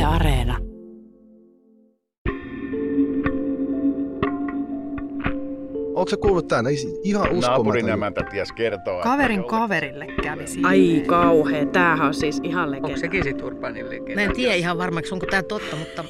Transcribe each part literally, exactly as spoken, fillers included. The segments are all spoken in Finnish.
Areena. Oletko sä kuullut tämän? Ihan uskomaton. Naapurin emäntä ties kertoo. Kaverin kaverille kävi siinä. Ai kauhea, tämähän on siis ihan legenda. Onko sekin sit Urbaanin legenda? Mä en tiedä ihan varmaksi, onko tää totta, mutta...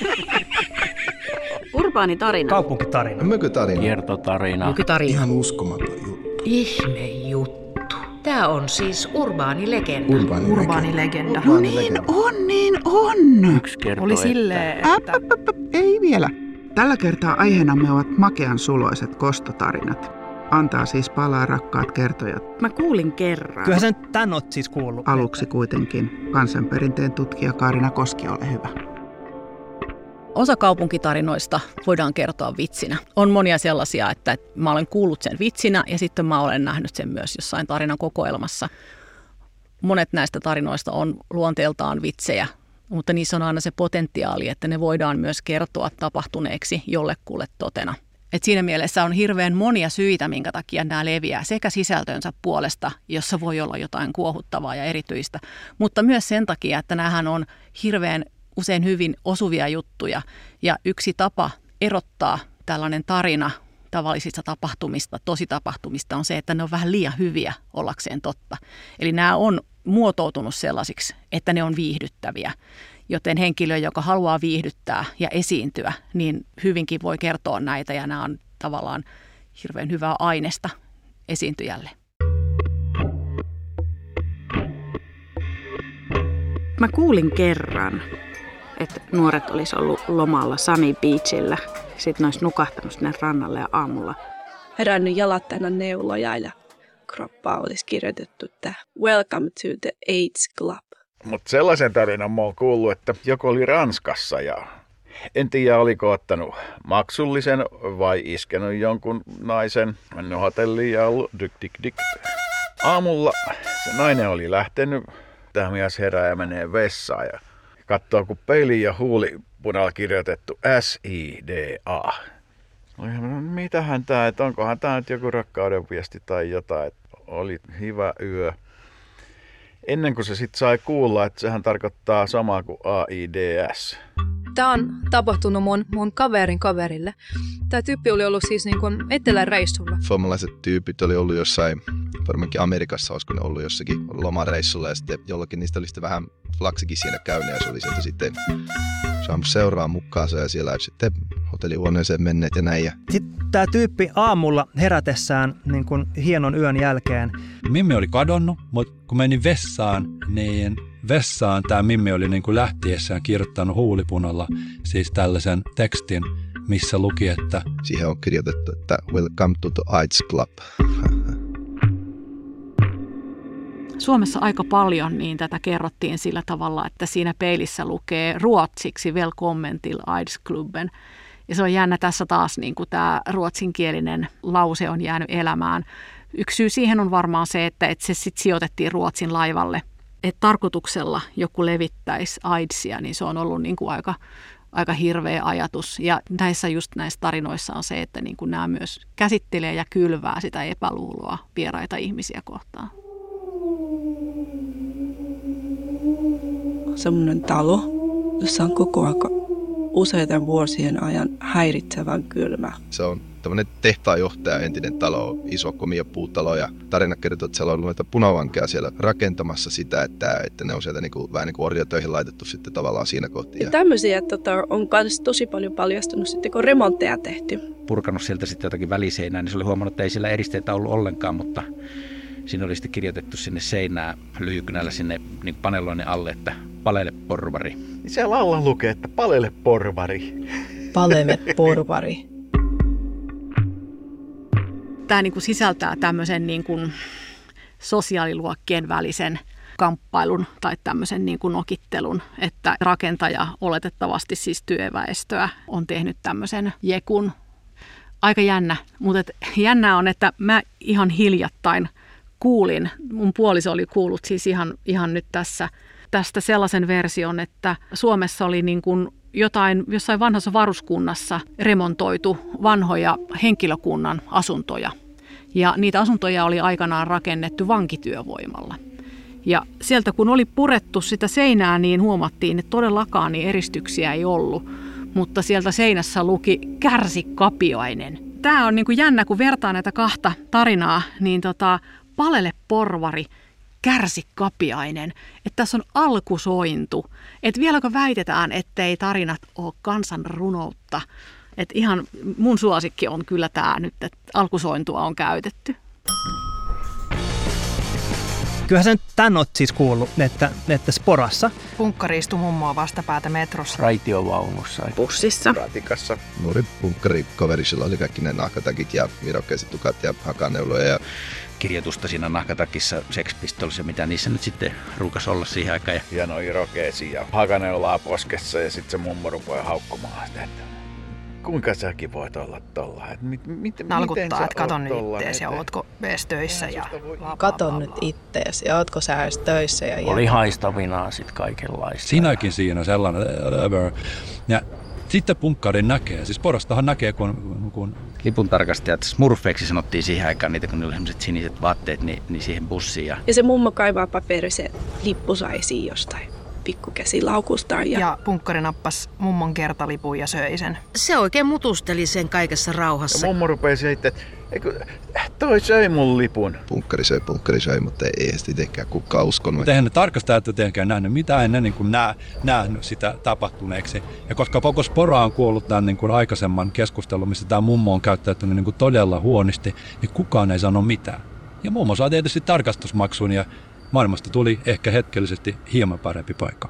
Urbaani tarina. Kaupunkitarina. Mökytarina. Kiertotarina. Nykytarina. Ihan uskomaton juttu. Ihmejuttu. Tää on siis urbaani legenda. Urbaani, Urbaani legenda. Urbaani Niin legenda. on, niin on. Yksi kertoo, Oli silleen, Äp, että... äp, äp, äp, ei vielä. Tällä kertaa aiheenamme ovat makean suloiset kostotarinat. Antaa siis palaa rakkaat kertojat. Mä kuulin kerran. Kyllä sä nyt tän oot siis kuullut. Aluksi kuitenkin kansanperinteen tutkija Kaarina Koski, ole hyvä. Osa kaupunkitarinoista voidaan kertoa vitsinä. On monia sellaisia, että mä olen kuullut sen vitsinä ja sitten mä olen nähnyt sen myös jossain tarinan kokoelmassa. Monet näistä tarinoista on luonteeltaan vitsejä, mutta niissä on aina se potentiaali, että ne voidaan myös kertoa tapahtuneeksi jollekulle totena. Et siinä mielessä on hirveän monia syitä, minkä takia nämä leviää sekä sisältönsä puolesta, jossa voi olla jotain kuohuttavaa ja erityistä, mutta myös sen takia, että näähän on hirveän usein hyvin osuvia juttuja. Ja yksi tapa erottaa tällainen tarina tavallisista tapahtumista, tositapahtumista on se, että ne on vähän liian hyviä ollakseen totta. Eli nämä on muotoutunut sellaisiksi, että ne on viihdyttäviä. Joten henkilö, joka haluaa viihdyttää ja esiintyä, niin hyvinkin voi kertoa näitä ja nämä on tavallaan hirveän hyvää aineesta esiintyjälle. Mä kuulin kerran, että nuoret olisi ollut lomalla Sunny Beachillä. Sitten ne olisi nukahtanut sinne rannalle ja aamulla herännyt jalat täynnä neuloja ja kroppaa olisi kirjoitettu, että Welcome to the AIDS Club. Mutta sellaisen tarinan mä oon kuullut, että joku oli Ranskassa ja en tiedä oliko ottanut maksullisen vai iskenut jonkun naisen hotelliin ja ollut dyk dyk dyk. Aamulla se nainen oli lähtenyt, tämä mies herää ja menee vessaan ja katsoo kun peilin ja huulipunalla kirjoitettu S I D A. Mitähän tää, että onkohan tää nyt joku rakkauden viesti tai jotain, että oli hyvä yö. Ennen kuin se sitten sai kuulla, että sehän tarkoittaa samaa kuin AIDS. Tämä on tapahtunut mun, mun kaverin kaverille. Tämä tyyppi oli ollut siis niin kuin eteläreissulla. Suomalaiset tyypit oli ollut jossain, varmaankin Amerikassa, olisiko ne ollut jossakin lomareissulla ja sitten jollakin niistä oli sitten vähän flaksikin siinä käynyt ja se oli sieltä sitten saanut seuraa mukaansa ja siellä sitten hotellihuoneeseen menneet ja näin. Sitten tämä tyyppi aamulla herätessään niin kuin hienon yön jälkeen. Mimmi oli kadonnut, mutta kun menin vessaan, niin vessaan tämä Mimmi oli niin kuin lähtiessään kirjoittanut huulipunalla siis tällaisen tekstin, missä luki, että siihen on kirjoitettu, että Welcome to the AIDS Club. Suomessa aika paljon niin tätä kerrottiin sillä tavalla, että siinä peilissä lukee ruotsiksi Välkommen till AIDS-klubben. Ja se on jännä tässä taas, niin kuin tämä ruotsinkielinen lause on jäänyt elämään. Yksi syy siihen on varmaan se, että, että se sitten sijoitettiin Ruotsin laivalle. Että tarkoituksella joku levittäisi AIDSia, niin se on ollut niin kuin aika, aika hirveä ajatus. Ja näissä just näissä tarinoissa on se, että niin kuin nämä myös käsittelee ja kylvää sitä epäluuloa vieraita ihmisiä kohtaan. Semmoinen talo, jossa on koko ajan useiden vuosien ajan häiritsevän kylmä. Se on tämmöinen tehtaanjohtaja, entinen talo, iso komia puutalo ja tarina kertoo, että siellä on ollut näitä punavankeja siellä rakentamassa sitä, että, että ne on sieltä niinku, vähän niin kuin orjatöihin laitettu sitten tavallaan siinä kohti. Ja tämmöisiä tota, on myös tosi paljon paljastunut sitten, kun remontteja tehty. Purkanut sieltä sitten jotakin väliseinää, niin se oli huomannut, että ei siellä eristeitä ollut ollenkaan, mutta siinä oli sitten kirjoitettu sinne seinään lyhykynällä sinne niin paneloinnin alle, että palele porvari. Siellä alla lukee, että palele porvari. Palele porvari. Tämä niin kuin sisältää tämmöisen niin kuin sosiaaliluokkien välisen kamppailun tai tämmöisen niin kuin nokittelun, että rakentaja, oletettavasti siis työväestöä, on tehnyt tämmöisen jekun. Aika jännä, mutta et jännää on, että mä ihan hiljattain kuulin, mun puoliso oli kuullut siis ihan, ihan nyt tässä, tästä sellaisen version, että Suomessa oli niin kuin jotain, jossain vanhassa varuskunnassa remontoitu vanhoja henkilökunnan asuntoja. Ja niitä asuntoja oli aikanaan rakennettu vankityövoimalla. Ja sieltä kun oli purettu sitä seinää, niin huomattiin, että todellakaan niin eristyksiä ei ollut. Mutta sieltä seinässä luki Kärsi Kapiainen. Tämä on niin kuin jännä, kun vertaa näitä kahta tarinaa, niin tota, Palele porvari, Kärsi Kapiainen. Että tässä on alkusointu. Että vieläkö väitetään, ettei tarinat ole kansan runoutta. Että ihan mun suosikki on kyllä tämä nyt, että alkusointua on käytetty. Kyllähän sä nyt tän oot siis kuullut, että, että Sporassa. Punkkari istui mummoa vastapäätä metrossa. Raitiovaunussa. Bussissa. Ratikassa. Nuori punkkarikaveri, sillä oli kaikki ne nahkatakit ja irokkeiset tukat ja hakaneuloja. Ja kirjoitusta siinä nahkatakissa, Sex Pistols ja mitä niissä nyt sitten ruukas olla siihen aikaan. Hieno irokeesi ja hakaneulaa poskessa ja sitten se mummo rupeaa haukkumaan sitä, että kuinka säkin voit olla tolla? Et mit, mit, Nalkuttaa, että katon nyt ittees ja ootko edes töissä. Ja katon nyt ittees ja ootko sä edes töissä. Ja oli haistavinaa sit kaikenlaista. Siinäkin siinä on sellainen. Ja sitten punkkarin näkee. Siis Porostahan näkee, kun... kun lipuntarkastajat, smurfeiksi sanottiin siihen aikaan niitä, kun ne oli sellaiset siniset vaatteet, niin, niin siihen bussiin. Ja, ja se mummo kaivaa paperisen lippusaisiin jostain pikkukäsilaukusta. Ja... ja punkkari nappasi mummon kertalipun ja söi sen. Se oikein mutusteli sen kaikessa rauhassa. Ja mummo rupesi sitten, että toi söi mun lipun. Punkkari söi, punkkari söi, mutta ei sitä itsekään kukaan uskonut. Mutta eihän ne tarkastajat tietenkään nähnyt mitään, ennen kuin nää, nähnyt sitä tapahtuneeksi. Ja koska koko Spora on kuollut tämän niin kuin aikaisemman keskustelun, missä tämä mummo on käyttäytynyt niin kuin todella huonosti, niin kukaan ei sano mitään. Ja mummo saa tietysti tarkastusmaksun ja maailmasta tuli ehkä hetkellisesti hieman parempi paikka.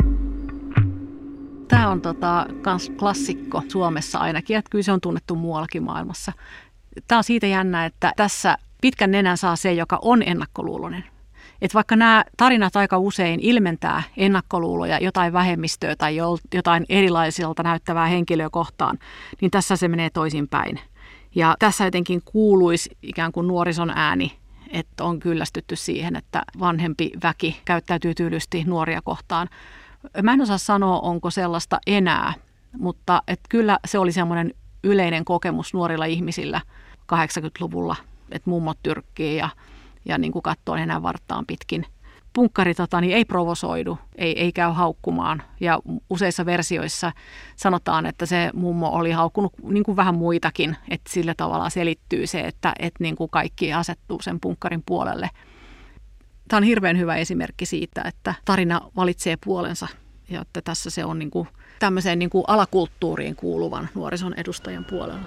Tämä on tota, kans klassikko Suomessa ainakin, että kyllä se on tunnettu muuallakin maailmassa. Tämä on siitä jännä, että tässä pitkän nenän saa se, joka on ennakkoluuloinen. Että vaikka nämä tarinat aika usein ilmentää ennakkoluuloja jotain vähemmistöä tai jotain erilaisilta näyttävää henkilöä kohtaan, niin tässä se menee toisinpäin. Ja tässä jotenkin kuuluisi ikään kuin nuorison ääni, että on kyllästytty siihen, että vanhempi väki käyttäytyy tyylysti nuoria kohtaan. Mä en osaa sanoa, onko sellaista enää, mutta et kyllä se oli semmoinen yleinen kokemus nuorilla ihmisillä kahdeksankymmentäluvulla, että mummot tyrkkii ja, ja niin kuin katsoo enää varttaan pitkin. Punkkari tota, niin ei provosoidu, ei, ei käy haukkumaan ja useissa versioissa sanotaan, että se mummo oli haukkunut niin kuin vähän muitakin, että sillä tavalla selittyy se, että, että niin kuin kaikki asettuu sen punkkarin puolelle. Tämä on hirveän hyvä esimerkki siitä, että tarina valitsee puolensa ja että tässä se on niin kuin tämmöiseen niin kuin alakulttuuriin kuuluvan nuorison edustajan puolella.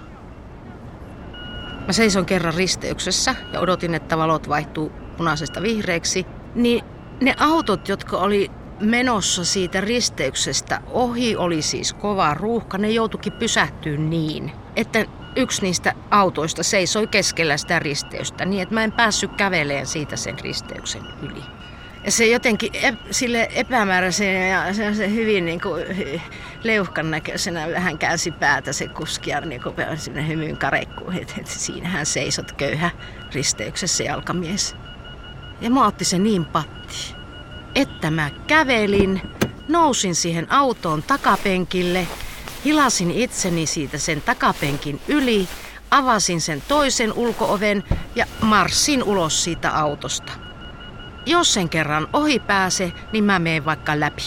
Mä seison kerran risteyksessä ja odotin, että valot vaihtuu punaisesta vihreäksi. Niin ne autot, jotka oli menossa siitä risteyksestä ohi, oli siis kova ruuhka. Ne joutuikin pysähtyä niin, että yksi niistä autoista seisoi keskellä sitä risteystä niin, että mä en päässyt kävelemään siitä sen risteyksen yli. Ja se jotenkin ep, sille epämääräisen ja se hyvin niin kuin leuhkan näköisenä vähän käänsi päätä se kuski ja niin kuin sinne hymyyn karekkuun, että et siinähän seisot köyhä risteyksessä jalkamies. Ja mä otti se niin patti, että mä kävelin, nousin siihen autoon takapenkille, hilasin itseni siitä sen takapenkin yli, avasin sen toisen ulko-oven ja marssin ulos siitä autosta. Jos sen kerran ohi pääse, niin mä menen vaikka läpi.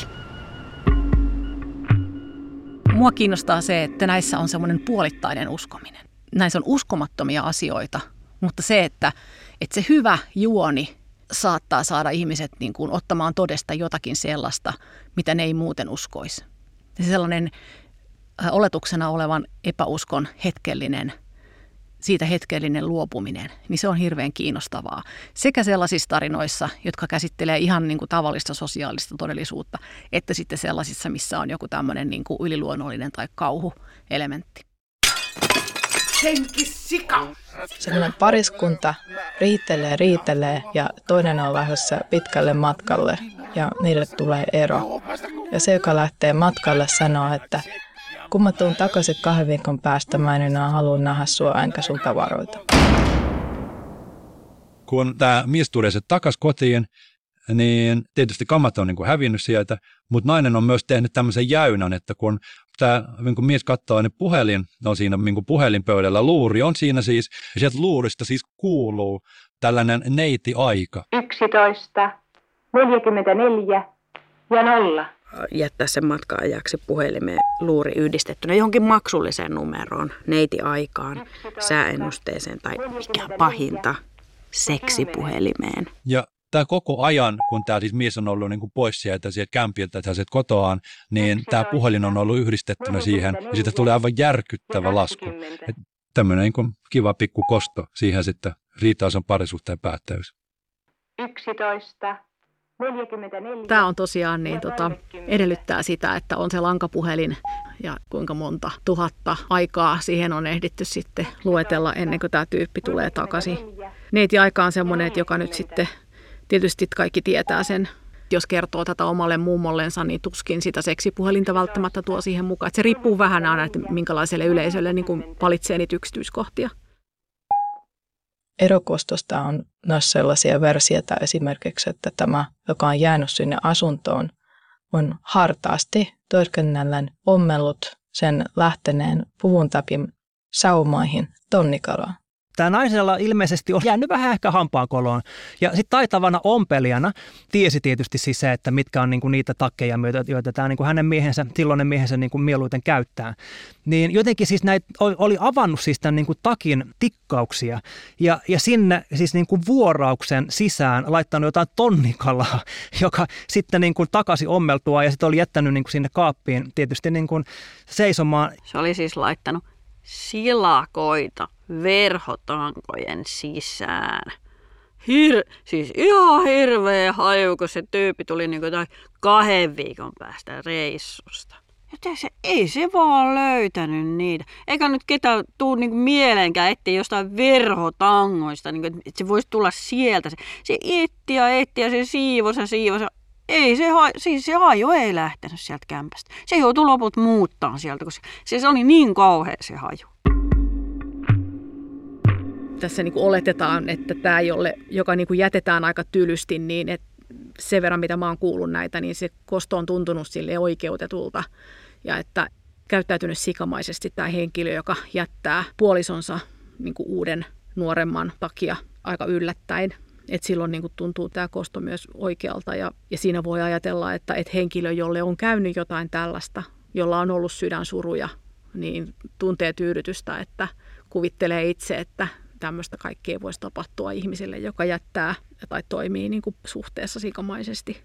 Mua kiinnostaa se, että näissä on semmoinen puolittainen uskominen. Näissä on uskomattomia asioita, mutta se, että, että se hyvä juoni saattaa saada ihmiset niin kuin ottamaan todesta jotakin sellaista, mitä ne ei muuten uskoisi. Ja sellainen oletuksena olevan epäuskon hetkellinen, siitä hetkellinen luopuminen, niin se on hirveän kiinnostavaa. Sekä sellaisissa tarinoissa, jotka käsittelee ihan niin kuin tavallista sosiaalista todellisuutta, että sitten sellaisissa, missä on joku tämmöinen niin kuin yliluonnollinen tai kauhuelementti. Henkisika! Sellainen pariskunta riitelee, riitelee ja toinen on lähdössä pitkälle matkalle ja niille tulee ero. Ja se, joka lähtee matkalle, sanoo, että kun mä tuun takaisin kahden viikon päästä, mä en enää halua nähdä sua enkä sun tavaroita. Kun tämä mies tulee se takaisin kotiin, niin tietysti kammat on niin kuin hävinnyt sieltä, mutta nainen on myös tehnyt tämmöisen jäynän, että kun tämä niin kuin mies katsoo, niin puhelin on siinä niin kuin puhelinpöydällä, luuri on siinä siis, ja sieltä luurista siis kuuluu tällainen neiti-aika. yksitoista, neljäkymmentäneljä ja nolla. Jättää sen matka-ajaksi puhelimeen luuri yhdistettynä johonkin maksulliseen numeroon, neiti-aikaan, sääennusteeseen tai mikä pahinta, seksipuhelimeen. Ja tämä koko ajan, kun tämä siis mies on ollut niin kuin pois sieltä, sieltä kämpiltä tai sieltä kotoaan, niin tämä puhelin on ollut yhdistettynä siihen ja siitä tulee aivan järkyttävä lasku. Et tämmöinen niin kuin kiva pikku kosto siihen sitten riitausan parisuhteen päättäys. yksitoista. Tämä on tosiaan niin, tota, edellyttää sitä, että on se lankapuhelin ja kuinka monta tuhatta aikaa siihen on ehditty sitten luetella ennen kuin tämä tyyppi tulee takaisin. Neiti-aika on semmoinen, että joka nyt sitten tietysti kaikki tietää sen. Jos kertoo tätä omalle mummollensa, niin tuskin sitä seksipuhelinta välttämättä tuo siihen mukaan. Että se riippuu vähän aina, että minkälaiselle yleisölle niin kuin valitsee niitä yksityiskohtia. Erokostosta on myös sellaisia versioita esimerkiksi, että tämä, joka on jäänyt sinne asuntoon, on hartaasti työskennellen ommellut sen lähteneen puvuntäpin saumoihin tonnikalaan. Tämä naisella ilmeisesti on jäänyt vähän ehkä hampaankoloon. Ja sitten taitavana ompelijana tiesi tietysti siis se, että mitkä on niinku niitä takkeja, joita tämä niinku hänen miehensä, silloinen miehensä niinku mieluiten käyttää. Niin jotenkin siis näitä oli avannut siis tämän niinku takin tikkauksia ja, ja sinne siis niinku vuorauksen sisään laittanut jotain tonnikalaa, joka sitten niinku takaisin ommeltua ja sitten oli jättänyt niinku sinne kaappiin tietysti niinku seisomaan. Se oli siis laittanut silakoita verhotankojen sisään. Hir- siis ihan hirveä haju, kun se tyyppi tuli niin kuin kahden viikon päästä reissusta. Ja se, ei se vaan löytänyt niitä. Eikä nyt ketään tuu niin kuin mieleenkään etsiä jostain verhotangoista, niin kuin, että se voisi tulla sieltä. Se, se etti ja etti ja se siivosi ja siivosi. Ei se, siis se haju ei lähtenyt sieltä kämpästä. Se joutui loput muuttaa sieltä, koska se, se oli niin kauhea se haju. Tässä niin kuin oletetaan, että tämä, jolle, joka niin kuin jätetään aika tylysti, niin että sen verran mitä mä oon kuullut näitä, niin se kosto on tuntunut sille oikeutetulta. Ja että käyttäytynyt sikamaisesti tämä henkilö, joka jättää puolisonsa niin kuin uuden nuoremman takia aika yllättäen. Että silloin niin kuin tuntuu tämä kosto myös oikealta ja, ja siinä voi ajatella, että, että henkilö, jolle on käynyt jotain tällaista, jolla on ollut sydänsuruja, niin tuntee tyydytystä, että kuvittelee itse, että tämmöistä kaikkea voisi tapahtua ihmiselle, joka jättää tai toimii niin kuin suhteessa sikamaisesti.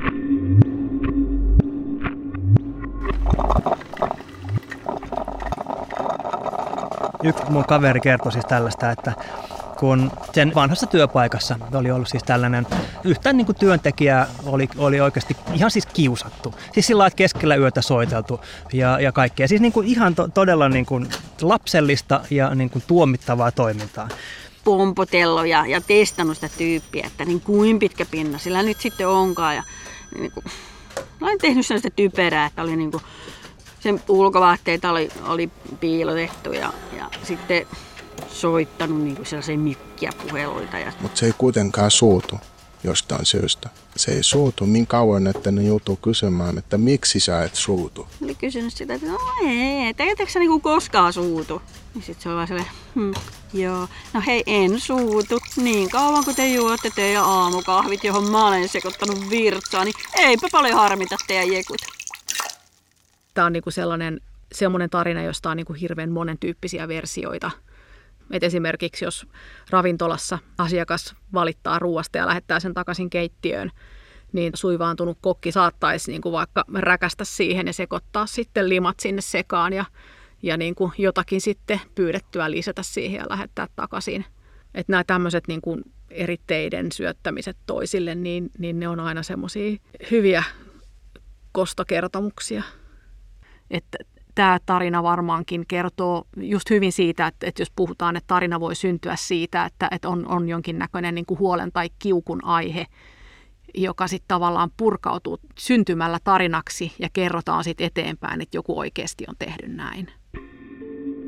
Yksi mun kaveri kertoi siis tällaista, että kun sen vanhassa työpaikassa oli ollut siis tällainen, yhtään niin kuin työntekijä oli, oli oikeasti ihan siis kiusattu. Siis sillä lailla, että keskellä yötä soiteltu ja, ja kaikkea. Siis niin kuin ihan to, todella niin kuin lapsellista ja niin kuin tuomittavaa toimintaa. Pompotellut ja, ja testannut sitä tyyppiä, että niin kuin pitkä pinna sillä nyt sitten onkaan. Ja, niin kuin, olen tehnyt sellaista typerää, että oli niin kuin, sen ulkovaatteita oli, oli piilotettu ja, ja sitten soittanut niin kuin sellaisia mikkiä puheluita. Ja... Mutta se ei kuitenkaan suutu jostain syystä. Se ei suutu niin kauan, että ne joutuu kysymään, että miksi sä et suutu. Oli kysynyt sitä, että no ei, että eikö sä niinku koskaan suutu? Ja sit se on vaan silleen, hm, joo, no hei en suutu. Niin kauan kun te juotte teidän aamukahvit, johon mä olen sekoittanut virtsaa, niin eipä paljon harmita teidän jekut. Tämä on niinku sellainen, sellainen tarina, josta on niinku hirveän monen tyyppisiä versioita. Et esimerkiksi jos ravintolassa asiakas valittaa ruoasta ja lähettää sen takaisin keittiöön, niin suivaantunut kokki saattaisi niin kuin vaikka räkästä siihen ja sekoittaa sitten limat sinne sekaan ja, ja niin kuin jotakin sitten pyydettyä lisätä siihen ja lähettää takaisin. Että nämä tämmöiset niin kuin eritteiden syöttämiset toisille, niin, niin ne on aina semmoisia hyviä kostokertomuksia. Että tämä tarina varmaankin kertoo just hyvin siitä, että, että jos puhutaan, että tarina voi syntyä siitä, että, että on, on jonkinnäköinen niin kuin huolen tai kiukun aihe, joka sitten tavallaan purkautuu syntymällä tarinaksi ja kerrotaan sitten eteenpäin, että joku oikeasti on tehnyt näin.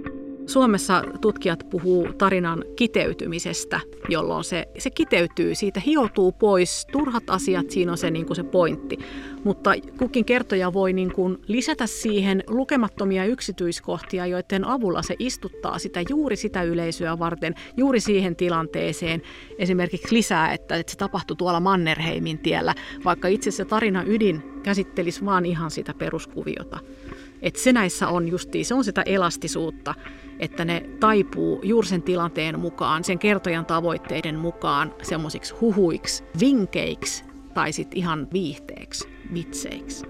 Suomessa tutkijat puhuu tarinan kiteytymisestä, jolloin se, se kiteytyy, siitä hioutuu pois turhat asiat, siinä on se, niin kuin se pointti. Mutta kukin kertoja voi niin kuin lisätä siihen lukemattomia yksityiskohtia, joiden avulla se istuttaa sitä juuri sitä yleisöä varten, juuri siihen tilanteeseen. Esimerkiksi lisää, että se tapahtui tuolla Mannerheimin tiellä, vaikka itse asiassa tarina ydin käsittelisi vaan ihan sitä peruskuviota. Että se näissä on justiin, se on sitä elastisuutta, että ne taipuu juuri sen tilanteen mukaan, sen kertojan tavoitteiden mukaan semmoisiksi huhuiksi, vinkeiksi tai sitten ihan viihteeksi, vitseiksi.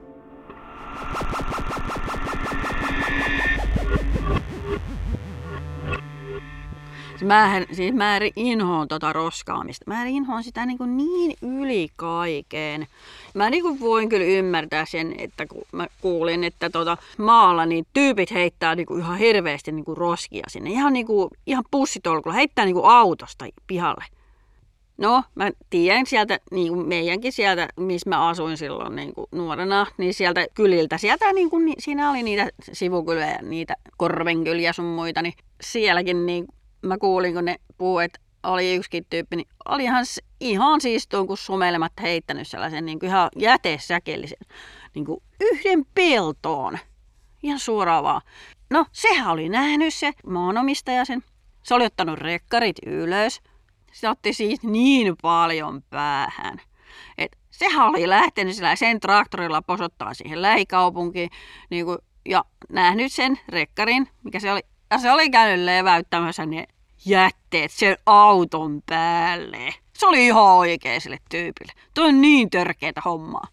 Mä, siis mä inhoon tota roskaamista. Mä inhoon sitä niin, kuin niin yli kaiken. Mä niin kuin voin kyllä ymmärtää sen, että kun mä kuulin, että tota maalla niin tyypit heittää niin kuin ihan hirveästi niin kuin roskia sinne. Ihan, niin kuin, ihan pussitolkulla. Heittää niin kuin autosta pihalle. No, mä tiedän sieltä, niin kuin meidänkin sieltä, missä mä asuin silloin niin kuin nuorena, niin sieltä kyliltä, sieltä niin kuin, siinä oli niitä sivukyliä ja niitä korvenkyliä sun muita, niin sielläkin niin mä kuulin, kun ne puhuu, että oli yksikin tyyppi, niin oli ihan, ihan siistuun, kun sumelematta heittänyt sellaisen niin kuin ihan jätesäkellisen niin kuin yhden peltoon. Ihan suoraan vaan. No, sehän oli nähnyt se maanomistaja sen. Se oli ottanut rekkarit ylös. Se otti siis niin paljon päähän. Et sehän oli lähtenyt sillä sen traktorilla posottaa siihen lähikaupunkiin niin kuin, ja nähnyt sen rekkarin, mikä se oli. Ja se oli käynyt leväyttämässä ne jätteet sen auton päälle. Se oli ihan oikein sille tyypille. Tuo on niin törkeätä hommaa.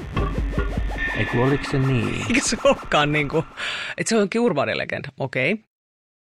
Eiku, oliko se niin? Eikö se olekaan niin kuin, että se onkin urbaanilegenda? Okei.